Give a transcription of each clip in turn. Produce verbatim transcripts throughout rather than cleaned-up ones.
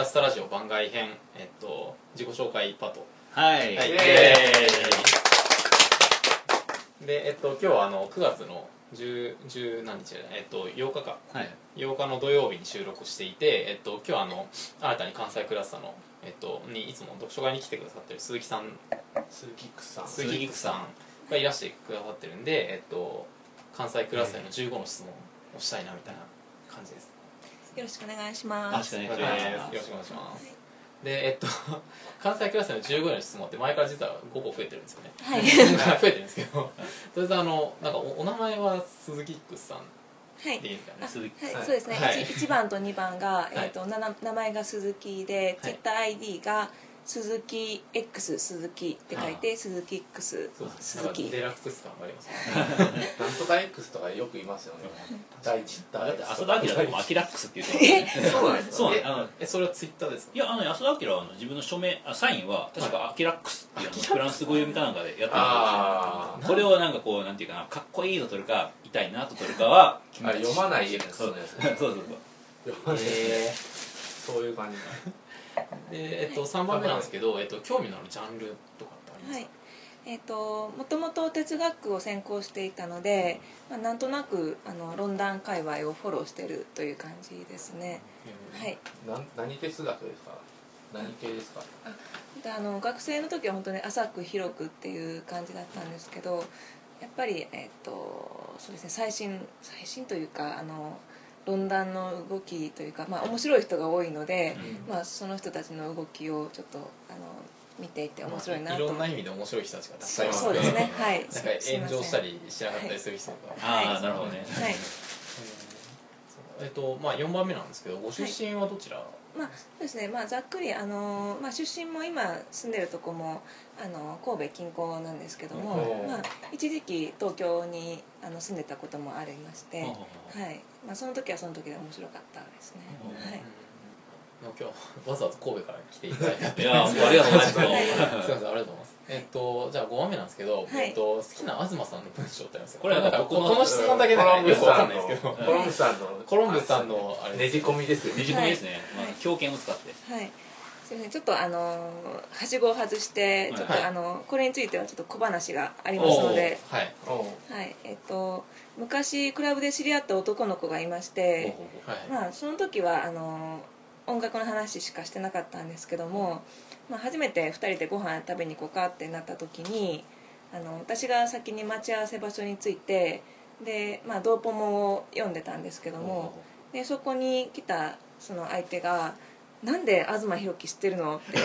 スタラジオ番外編、えっと、自己紹介パート。 はい、 はい、で、えっと、今日はあのくがつのじゅう何日、えっと、ようかか、はい、ようかの土曜日に収録していて、えっと、今日はあの新たに関西クラスターの、えっと、にいつも読書会に来てくださってる鈴木さん鈴木くさん鈴木さんがいらしてくださってるんで、えっと、関西クラスターのじゅうごの質問をしたいなみたいな感じです。 よろしくお願いします。 よろしくお願いします。で、えっと、関西クラスのじゅうごの質問って前から実はごこ増えてるんですよね。 はい。 増えてるんですけど、とりあえずあの、なんか お, お名前は鈴木くさんでいいですかね。 はい、 鈴木さん。はい、そうですね。はい、いちばんとにばんが、えっと、な名前が鈴木で、ツイッター アイディー が鈴木 X 鈴木って書いて、鈴木 X 鈴木。 デラックス感がありますね。 なんとか X とかよく言いますよね。第一だって浅田明でもアキラックスって言ってますね。 そうなんですか。 え、それはツイッターですか？ いや、あの安田明は自分の署名サインは確かアキラックスっていうフランス語読みかなんかでやってるんですよ。これをなんかこうなんていうかな、かっこいいと取るか痛いなと取るかは読まない X のやつ。 そうそうそう。 読まない。そういう感じ。 で、えっと、さんばんめなんですけど、えっと、興味のあるジャンルとかってありますか？はい、 えー、ともともと哲学を専攻していたので、まあ、なんとなくあの論壇界隈をフォローしているという感じですね。はい、 な何哲学ですか？何系ですか？ あであの学生の時は本当に浅く広くっていう感じだったんですけど、やっぱり、えー、とそうですね、最新最新というかあの論壇の動きというか、まあ、面白い人が多いので、うん、まあ、その人たちの動きをちょっとあの見ていて面白いなと、 まあ、いろんな意味で面白い人たちがたくさんいますね。 そうですね、はい、 なんか炎上したりしなかったりする人とか、 はい、ああ、なるほどね。 はい、 えっとまあ、よんばんめなんですけど、ご出身はどちら？はい、 まあ、そうですね、まあ、ざっくりあの、まあ、出身も今住んでるとこもあの神戸近郊なんですけども、まあ、一時期東京にあの住んでたこともありまして、はい、まあ、その時はその時で面白かったですね。はい、 今日わざわざ神戸から来ていただいた。 いや、ありがとうございます。すみません、 ありがとうございます。えっとじゃあごばんめなんですけど、えっと好きな東さんの文章ってありますか？これはなんかこの質問だけでよくわかんないですけど、 コロンブスさんのコロンブスさんのあれねじ込みですよ。 ねじ込みですね。狂犬を使って。 はい。ちょっとあのはしごを外してちょっとあのこれについてはちょっと小話がありますので、はい、はい、えっと昔クラブで知り合った男の子がいまして、まあその時はあの音楽の話しかしてなかったんですけども、まあ、初めてふたりでご飯食べに行こうかってなった時に、あの私が先に待ち合わせ場所に着いて、で、まあ、ドーポモを読んでたんですけども、でそこに来たその相手が「なんで東博樹知ってるの?」って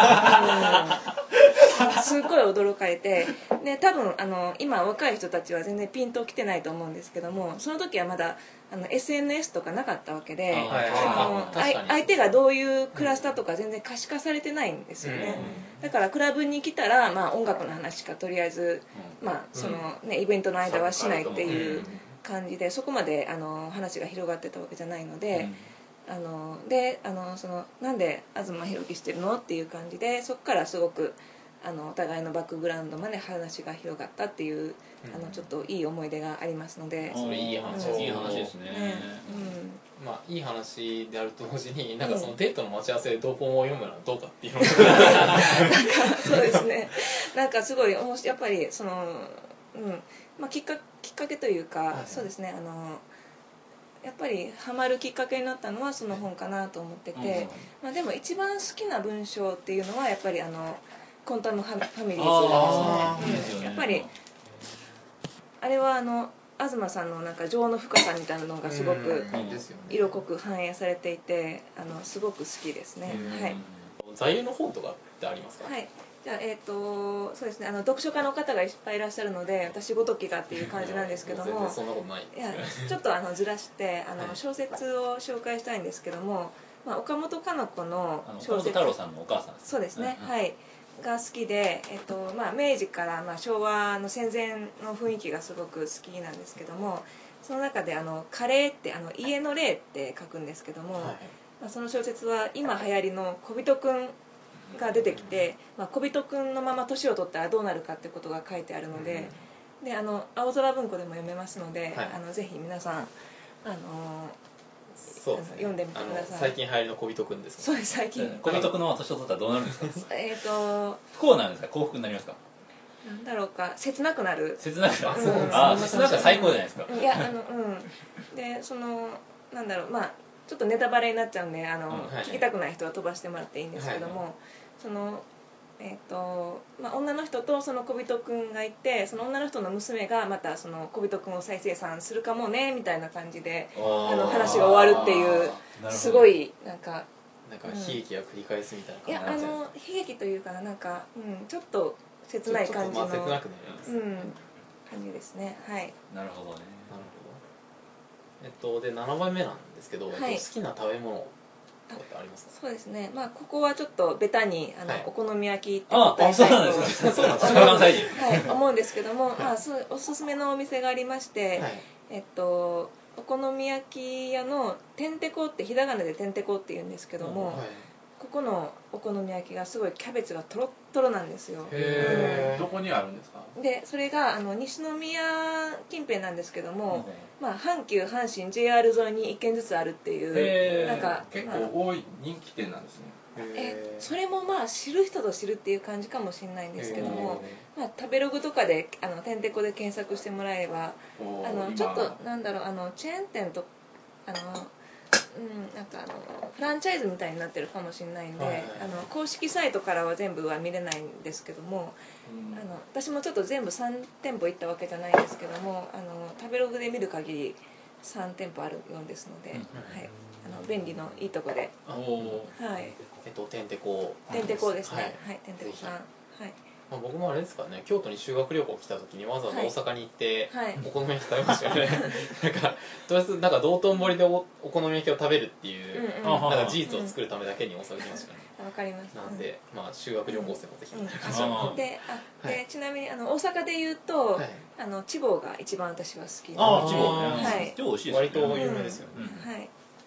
すっごい驚かれて、で多分あの今若い人たちは全然ピンときてないと思うんですけども、その時はまだあの エスエヌエス とかなかったわけで、あの相手がどういうクラスターとか全然可視化されてないんですよね。だからクラブに来たら、まあ、音楽の話しかとりあえず、まあそのね、イベントの間はしないっていう感じで、そこまであの話が広がってたわけじゃないので。あのであのそのなんで東博樹してるのっていう感じで、そこからすごくあのお互いのバックグラウンドまで話が広がったっていう、うん、あのちょっといい思い出がありますので、 それいい話、 うん、いい話ですね。ね、 うん、まあいい話であると同時に、なんかそのデートの待ち合わせで同本を読むのはどうかっていうのがなんかそうですね。なんかすごい面白い、やっぱりその、うんまあ、きっかきっかけというか、はい、そうですね、あのやっぱりハマるきっかけになったのはその本かなと思ってて、まあ、でも一番好きな文章っていうのはやっぱりあのコンタムファミリーズですね。やっぱりあれはあの東さんのなんか情の深さみたいなのがすごく色濃く反映されていて、あのすごく好きですね。はい。 座右の本とかってありますか？ はい。じゃあ、えーとそうですね、あの読書家の方がいっぱいいらっしゃるので、私ごときがっていう感じなんですけども、全然そんなことない。 いやちょっとあのずらしてあの、はい、小説を紹介したいんですけども、まあ、岡本かの子の小説、岡本太郎さんのお母さんです。 そうですね、うんうん、はいが好きで、えーとまあ、明治からまあ昭和の戦前の雰囲気がすごく好きなんですけども、その中であのカレーってあの家の霊って書くんですけども、はい、まあ、その小説は今流行りの小人くんが出てきて、まあ、小人くんのまま年を取ったらどうなるかってことが書いてあるので、であの青空文庫でも読めますので、はい、あのぜひ皆さんあのそうですね、 読んでみてください。 最近流行りの小人くんです。 そうです、最近。 小人くんの年を取ったらどうなるんですか？ えっと不幸なんですか、幸福になりますか？ なんだろうか、切なくなる。 切なくなる。 うん、 ああ、切なく最高じゃないですか。 いや、あのうんでそのなんだろう、まあちょっとネタバレになっちゃうんで、あの、うん、聞きたくない人は飛ばしてもらっていいんですけども、はい、そのえーとまあ、女の人とその小人くんがいて、その女の人の娘がまたその小人くんを再生産するかもねみたいな感じであの話が終わるっていう、すごいなんかなんか悲劇が繰り返すみたいな感じ、 いや、あの悲劇というかなんか、うん、ちょっと切ない感じの、 切なくなります、うん、 感じですね。はい。 なるほどね。 なるほど。えっとでななばんめなんですけど、はい、えっと、好きな食べ物ってありますか？ そうですね、まあ、ここはちょっとベタにあの、はい、お好み焼きって答えたいとはい思うんですけども、まあ、そうおすすめのお店がありまして、はい、えっと、お好み焼き屋のてんてこってひらがなでてんてこっていうんですけども、はい、ここのお好み焼きがすごいキャベツがとろっとろなんですよ。 へえ、うん、どこにあるんですか？ でそれがあの西宮近辺なんですけども、うん、まあ、阪急阪神 ジェイアール 沿いにいっけんずつあるっていう、なんか結構多い人気店なんですね。 えそれもまあ知る人ぞ知るっていう感じかもしれないんですけども、まあ、食べログとかであのてんてこで検索してもらえば、あのちょっとなんだろう、あのチェーン店とあのうん、なんかあのフランチャイズみたいになってるかもしれないんで、はいはいはい、あの公式サイトからは全部は見れないんですけども、うん、あの私もちょっと全部さんてんぽ行ったわけじゃないんですけども、あの食べログで見る限りさんてんぽあるようですので、うん、はい、あの便利のいいとこで、 はい、えっとてんてこてんてこですね、はい、てんてこさん、はい。 まあ、僕もあれですかね、京都に修学旅行来た時にわざわざ大阪に行って、はい、お好み焼き食べましたよねなんかとりあえずなんか道頓堀で お, お好み焼きを食べるっていう、うんうん、なんか事実を作るためだけに大阪に来ましたね。 わ、うん、かります。 なんで、まあ、修学旅行生もぜひみたいな感じ、うんうん、であで、はい、ちなみにあの大阪で言うと、はい、あの千房が一番私は好きで、 ああ千房ね、 はい、 千房美味しいですね、 割と有名ですよね、 うんうん、はい。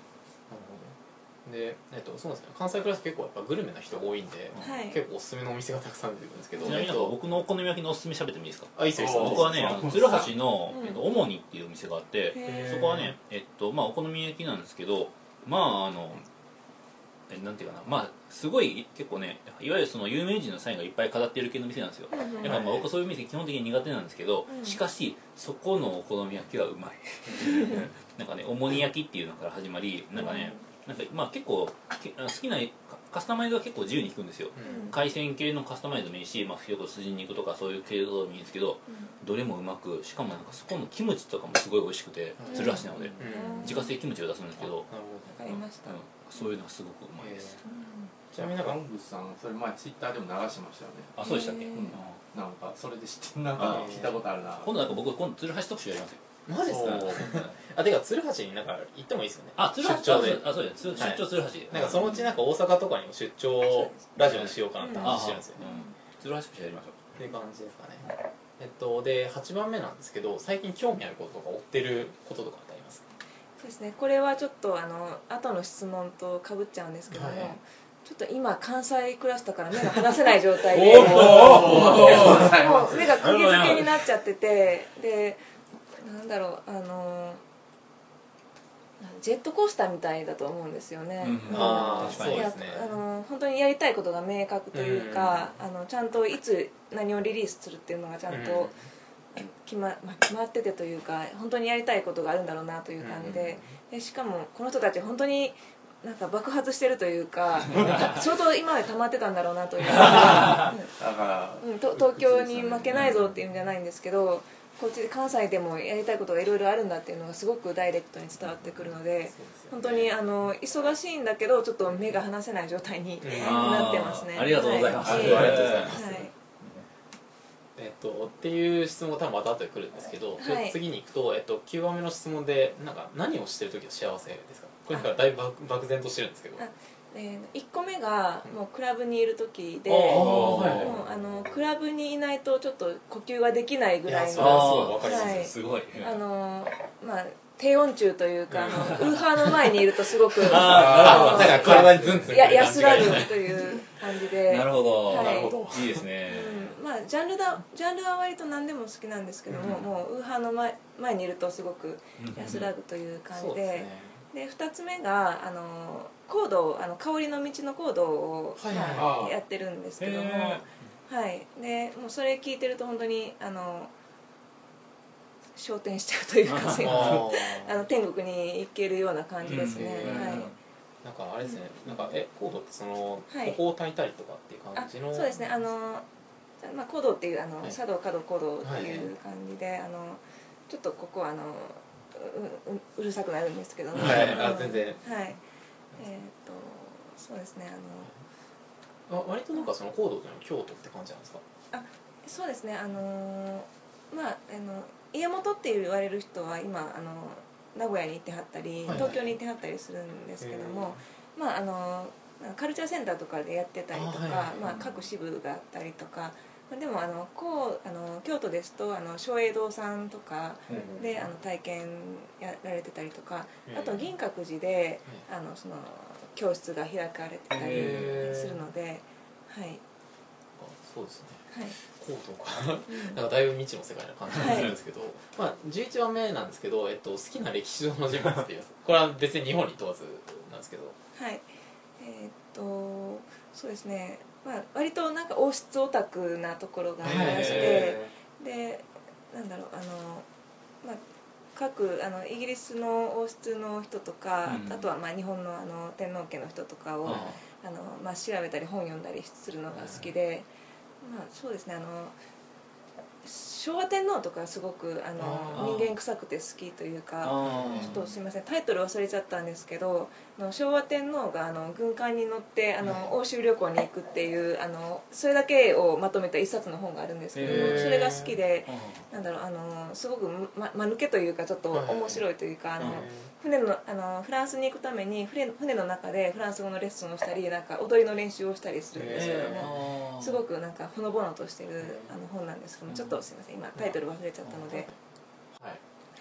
でえっと、そうなんですね、関西クラス結構やっぱグルメな人が多いんで、はい、結構おすすめのお店がたくさん出てくるんですけど、 ちなみになんか僕のお好み焼きのおすすめ喋ってもいいですか？ あ、いいですよ。 僕はね、鶴橋の、えっと、主にっていうお店があって、そこはね、えっとまあ、お好み焼きなんですけど、まああのえなんていうかな、まあすごい結構ね、いわゆるその有名人のサインがいっぱい飾っている系の店なんですよ。だからまあ僕はそういう店基本的に苦手なんですけど、しかしそこのお好み焼きはうまいなんかね、おもに焼きっていうのから始まり、なんかね、なんかまあ結構好きなカスタマイズは結構自由に引くんですよ、うん、海鮮系のカスタマイズもいいし、まあ、よく筋肉とかそういう系統でもいいんですけど、うん、どれもうまく、しかもなんかそこのキムチとかもすごい美味しくて、うん、鶴橋なので、うん、自家製キムチを出すんですけど、 わかりました、うん、 そういうのがすごくうまいです。 ちなみになんか本口さんそれ前ツイッターでも流しましたよね。 あ、そうでしたっけ、うん、 なんかそれで知ってなんか聞いたことあるな。 今度なんか僕今度鶴橋特集やりますよ。 マジですか？あ、てか鶴橋になんか行ってもいいですよね。 あ、鶴橋出張で。 あ、そうです。出張鶴橋で。 なんかそのうちなんか大阪とかにも出張ラジオにしようかなって話してるんですよね。 鶴橋特集やりましょう。 っていう感じですかね。えっとではちばんめなんですけど、最近興味あることとか追ってることとかってありますか？ そうですね。これはちょっとあの後の質問と被っちゃうんですけども。はい、ちょっと今関西クラスターから目が離せない状態でもう目が釘付けになっちゃってて、でなんだろう、あのジェットコースターみたいだと思うんですよね。 うん、ああ、そうですね。 あの本当にやりたいことが明確というか、うん、あのちゃんといつ何をリリースするっていうのがちゃんと決ま、まあ、決まっててというか、本当にやりたいことがあるんだろうなという感じで、でしかもこの人たち本当になんか爆発してるというか、相当今まで溜まってたんだろうなというか、うん、東京に負けないぞっていうんじゃないんですけど、こっちで関西でもやりたいことがいろいろあるんだっていうのがすごくダイレクトに伝わってくるので、本当にあの忙しいんだけどちょっと目が離せない状態になってますね。 ありがとうございます。 ありがとうございます。えっとっていう質問が多分また後で来るんですけど、はい、次に行くと、えっと、きゅうばんめの質問でなんか何をしてる時は幸せですか？これなんかだいぶ漠然としてるんですけど。 えー、いっこめがもうクラブにいる時で、もうあのクラブにいないとちょっと呼吸ができないぐらいの、 すごい、 あのまあ低温中というか、あのウーハーの前にいるとすごくああ、だから体にズンズン安らぐという感じで、 なるほど、なるほど、いいですね。 うん、まあジャンルだジャンルは割と何でも好きなんですけども、もうウーハーの前前にいるとすごく安らぐという感じで。 でふたつめがあのコードあの香りの道のコードを、 はいはいまあ、やってるんですけども、はい、でもうそれ聞いてると本当にあの昇天しちゃうというかすいませんあの天国に行けるような感じですね、 うんはい。 なんかあれですね、なんかえコードってその、 はい、 ここを炊いたりとかっていう感じの。 そうですね、あのまあコードっていうあの、はい、茶道華道コードっていう感じで、はい、あのちょっとここはあの う, う, うるさくなるんですけども、 はい、あ全然、はい、 えー、っとそうですねあのあ割となんかそのコードっていうのは京都って感じなんですか？ あそうですねあのまああの家元って言われる人は今あの名古屋に行ってはったり、はい、東京に行ってはったりするんですけども、まああのカルチャーセンターとかでやってたりとか、はいはい、まあ、各支部があったりとか、でもあのこうあの京都ですとあの松栄堂さんとかで、うん、あの体験やられてたりとか、あと銀閣寺で、うん、あのその教室が開かれてたりするので、はい。 そうですね。 はい、 コードかなんかだいぶ未知の世界な感じがするんですけど、はい、まあじゅういちばんめなんですけど、えっと、好きな歴史上の人物っていうこれは別に日本に問わずなんですけど、 はい、えー、っとそうですね、まあ、割となんか王室オタクなところがありまして、でなんだろうあの、まあ、各あのイギリスの王室の人とか、うん、あとはまあ日本の、あの天皇家の人とかを、うん、あのまあ、調べたり本読んだりするのが好きで、まあ、そうですねあの昭和天皇とかすごくあの人間臭くて好きというか、ちょっとすみませんタイトル忘れちゃったんですけど、あの昭和天皇があの軍艦に乗ってあの欧州旅行に行くっていうあのそれだけをまとめた一冊の本があるんですけども、それが好きで、なんだろうあのすごくま間抜けというかちょっと面白いというか、あの船のあのフランスに行くために船船の中でフランス語のレッスンをしたりなんか踊りの練習をしたりするんですけども、すごくなんかほのぼのとしてるあの本なんですけども、ちょっとすみません今タイトル忘れちゃったので、 はい、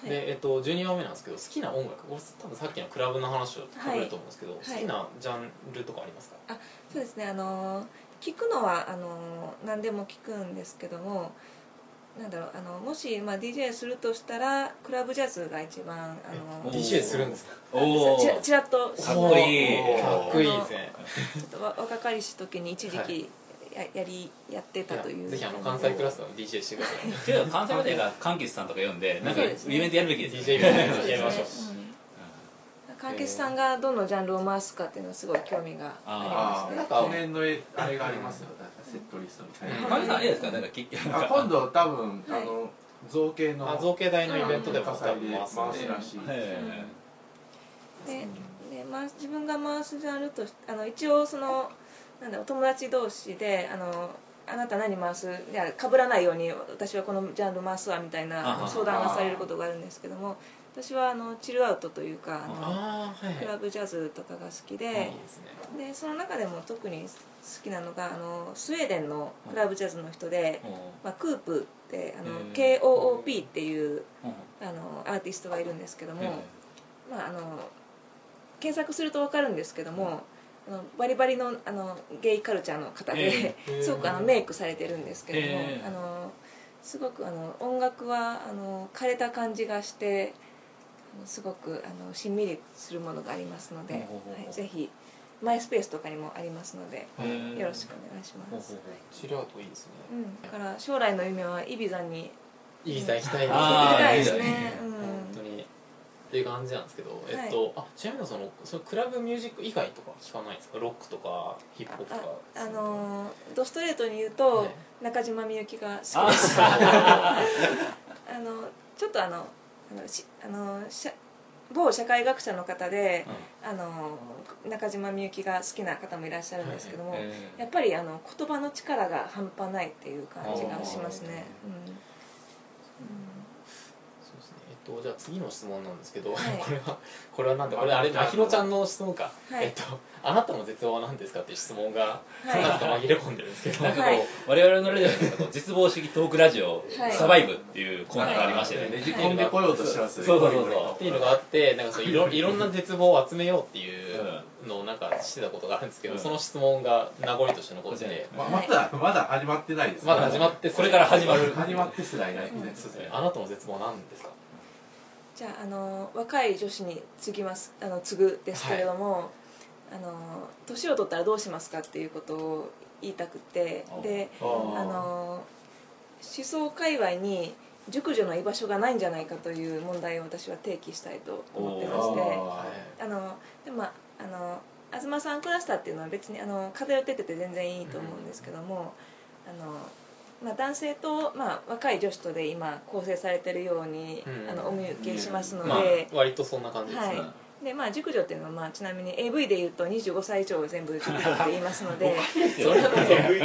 でえっとじゅうにばんめなんですけど、好きな音楽、これ多分さっきのクラブの話をかぶると思うんですけど、はい、好きなジャンルとかありますか？ あ、そうですね、あの聞くのはあの何でも聞くんですけども、なんだろうあのもし、まあ、ディージェー するとしたらクラブジャズが一番あのディージェー するんですか？ おちらちらっとかっこいいかっこいいですね。 ちょっと若かりし時に一時期や, やりやってたという。 ぜひあの関西クラスの ディージェー してください。 違う関西までが柑橘さんとか読んでなんかイベントやるべきですよね。 ディージェー イベントやりましょう。 柑橘さんがどのジャンルを回すかっていうのはすごい興味がありますね。 去年のあれがありますよ、セットリストみたいな。 柑橘さんあれですか？なんかあ今度多分あの造形の造形大のイベントでも回すらしい。 でで、まあ、自分が回すジャンルとしてあの一応そのなんだろう友達同士であのあなた何回すいや被らないように私はこのジャンル回すわみたいな相談がされることがあるんですけども、私はあのチルアウトというかあのあ、はい、 クラブジャズとかが好きで、いいですね、でその中でも特に好きなのがあのスウェーデンのクラブジャズの人で、まあ、クープってあの ケーオーオーピー っていうあのアーティストがいるんですけども、まあ、あの検索すると分かるんですけども、あのバリバリ の, あのゲイカルチャーの方で、えー、すごくあのメイクされてるんですけども、えー、あのすごくあの音楽はあの枯れた感じがしてすごくあのしんみりするものがありますので、はい、ぜひマイスペースとかにもありますので、えー、よろしくお願いします。 チルアウトいいですね、 うん、だから将来の夢はイビザにイビザ行きたいですね。 行きたいですね、うん、 本当にっていう感じなんですけど、えっと、はい、あちなみにそのそのクラブミュージック以外とか聞かないですか？ロックとかヒップホップとか。 あ、あのー、ドストレートに言うと、はい、中島みゆきが好きです。あのちょっとあのあのしあのし某社会学者の方で、うん、あの中島みゆきが好きな方もいらっしゃるんですけども、はい、やっぱりあの言葉の力が半端ないっていう感じがしますね。 じゃあ次の質問なんですけど、はい、これはこれはなんでこれあれまひろちゃんの質問か、はい、えっとあなたの絶望は何ですかっていう質問が何か紛れ込んでるんですけど、 なんかこう我々のラジオで絶望主義トークラジオ、はい、サバイブっていうコーナーがありましてね、 ねじ込んでこようとしますね。そうそうそうそうっていうのがあって、なんかそういろいろんな絶望を集めようっていうのをなんかしてたことがあるんですけど、うん、その質問が名残として残ってて、 ままだまだ始まってないです、ね。 まだ始まってこれから始まる始まってすらいない、 うん、そうですね。あなたの絶望は何ですか？ じゃあ、あの若い女子に継ぎますあの継ぐですけれども、はい、あの年を取ったらどうしますかっていうことを言いたくて、であの思想界隈に熟女の居場所がないんじゃないかという問題を私は提起したいと思ってまして、あのでも、まあ、あの東さんクラスターっていうのは別にあの偏っててて全然いいと思うんですけども、あのまあ、男性と、まあ、若い女子とで今構成されてるように、うん、あのお見受けしますので、まあ、 割とそんな感じですね、はい、 でまあ、熟女っていうのは、まあ、ちなみに エーブイ でいうとにじゅうごさい以上を全部熟女って言いますのでそれは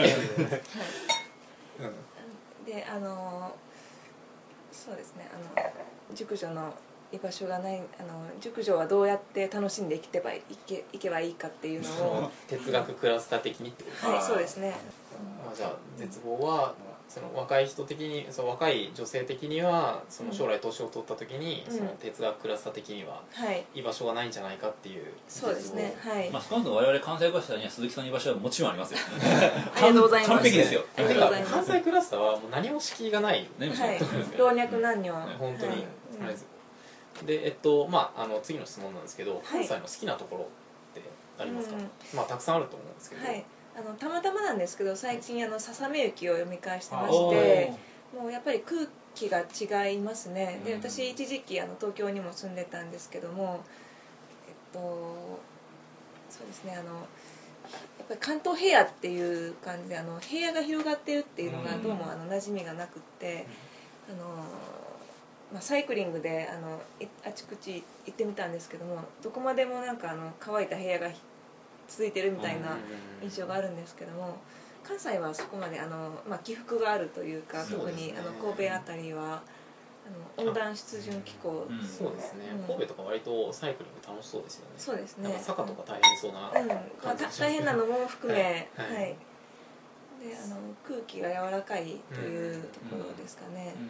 であのそうですね、あの熟女の居場所がない、あの熟女はどうやって楽しんで生きてばいけいけばいいかっていうのを哲学クラスター的にってことですか。 はい、そうですね。 まあ、じゃあ絶望はその若い人的に、その若い女性的にはその将来年を取った時に、うん、その哲学クラスター的には居場所がないんじゃないかっていう、 そうですね、はい。 まあ少なくとも我々関西クラスターには鈴木さんの居場所はもちろんありますよありがとうございます。 完璧ですよ。 ありがとうございます。 関西クラスターはもう何も敷居がない、 ね、 はい、老若男女、 本当に、はい、あれです。でえっとまああの次の質問なんですけど、関西の好きなところってありますか。うん、まあたくさんあると思うんですけど、 はい、あのたまたまなんですけど最近あのささめゆきを読み返してまして、もうやっぱり空気が違いますね。で私一時期あの東京にも住んでたんですけども、えっとそうですね、あのやっぱり関東平野っていう感じであの平野が広がってるっていうのがどうもあの馴染みがなくって、あのまあ、サイクリングであのあちこち行ってみたんですけども、どこまでもなんかあの乾いた平野が続いてるみたいな印象があるんですけども、関西はそこまであの、まあ、起伏があるというか、特にあの神戸あたりはあの温暖湿潤気候、 うん、そうですね、うん、神戸とか割とサイクリング楽しそうですよね。 そうですね、 なんか坂とか大変そうな感じ、うん、まあ、 大変なのも含め、はい、はいはい、であの空気が柔らかいというところですかね。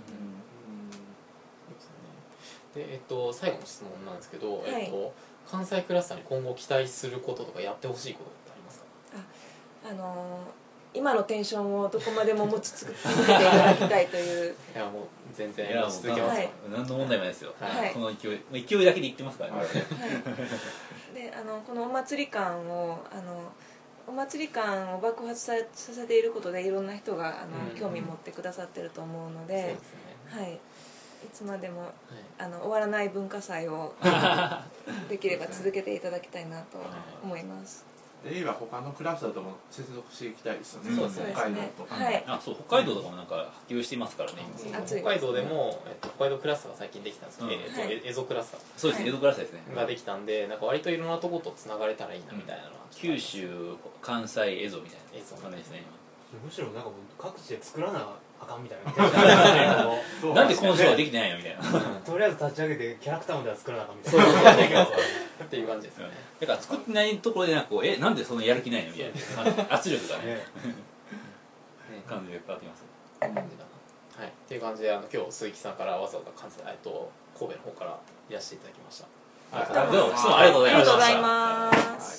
でえっと、最後の質問なんですけど、はい、えっと、関西クラスターに今後期待することとかやってほしいことってありますか。 あ、あのー、今のテンションをどこまでも持ち続けていただきたいといういやもう全然持ち続けますよ、はい、 何の問題もないですよ、はい、この勢い勢いだけで言ってますからね、はい、 であのこのお祭り感をあのお祭り感を爆発させていることでいろんな人があの、うん、興味持ってくださってると思うので、そうですね、はい、いつまでも、はい、あの終わらない文化祭をできれば続けていただきたいなと思います。 で言えば他のクラスターとも接続していきたいですよね。 そうですね、 北海道とか、 はい、 あそう北海道とかもなんか波及していますからね。 北海道でも、えっと、北海道クラスターが最近できたんですけど、うん、えっと、はい、エゾクラスター、 そうですね、エゾクラスターですねができたんで、なんか割といろんなとことつながれたらいいなみたいなのは、 うん、九州関西エゾみたいなエゾ感じですね。 むしろなんかもう各地で作らなあかんみたいななんでこの人はできてないのみたいなとりあえず立ち上げてキャラクターまでは作らなあかんみたいなっていう感じですよね。 だから作ってないところでなんかえなんでそのやる気ないのみたいな圧力がね感じで変わってきます。 感じだな。はい、っていう感じであの今日鈴木さんからわざわざ関西えっと神戸の方からいらしていただきました。 どうもありがとうございました。 ありがとうございます。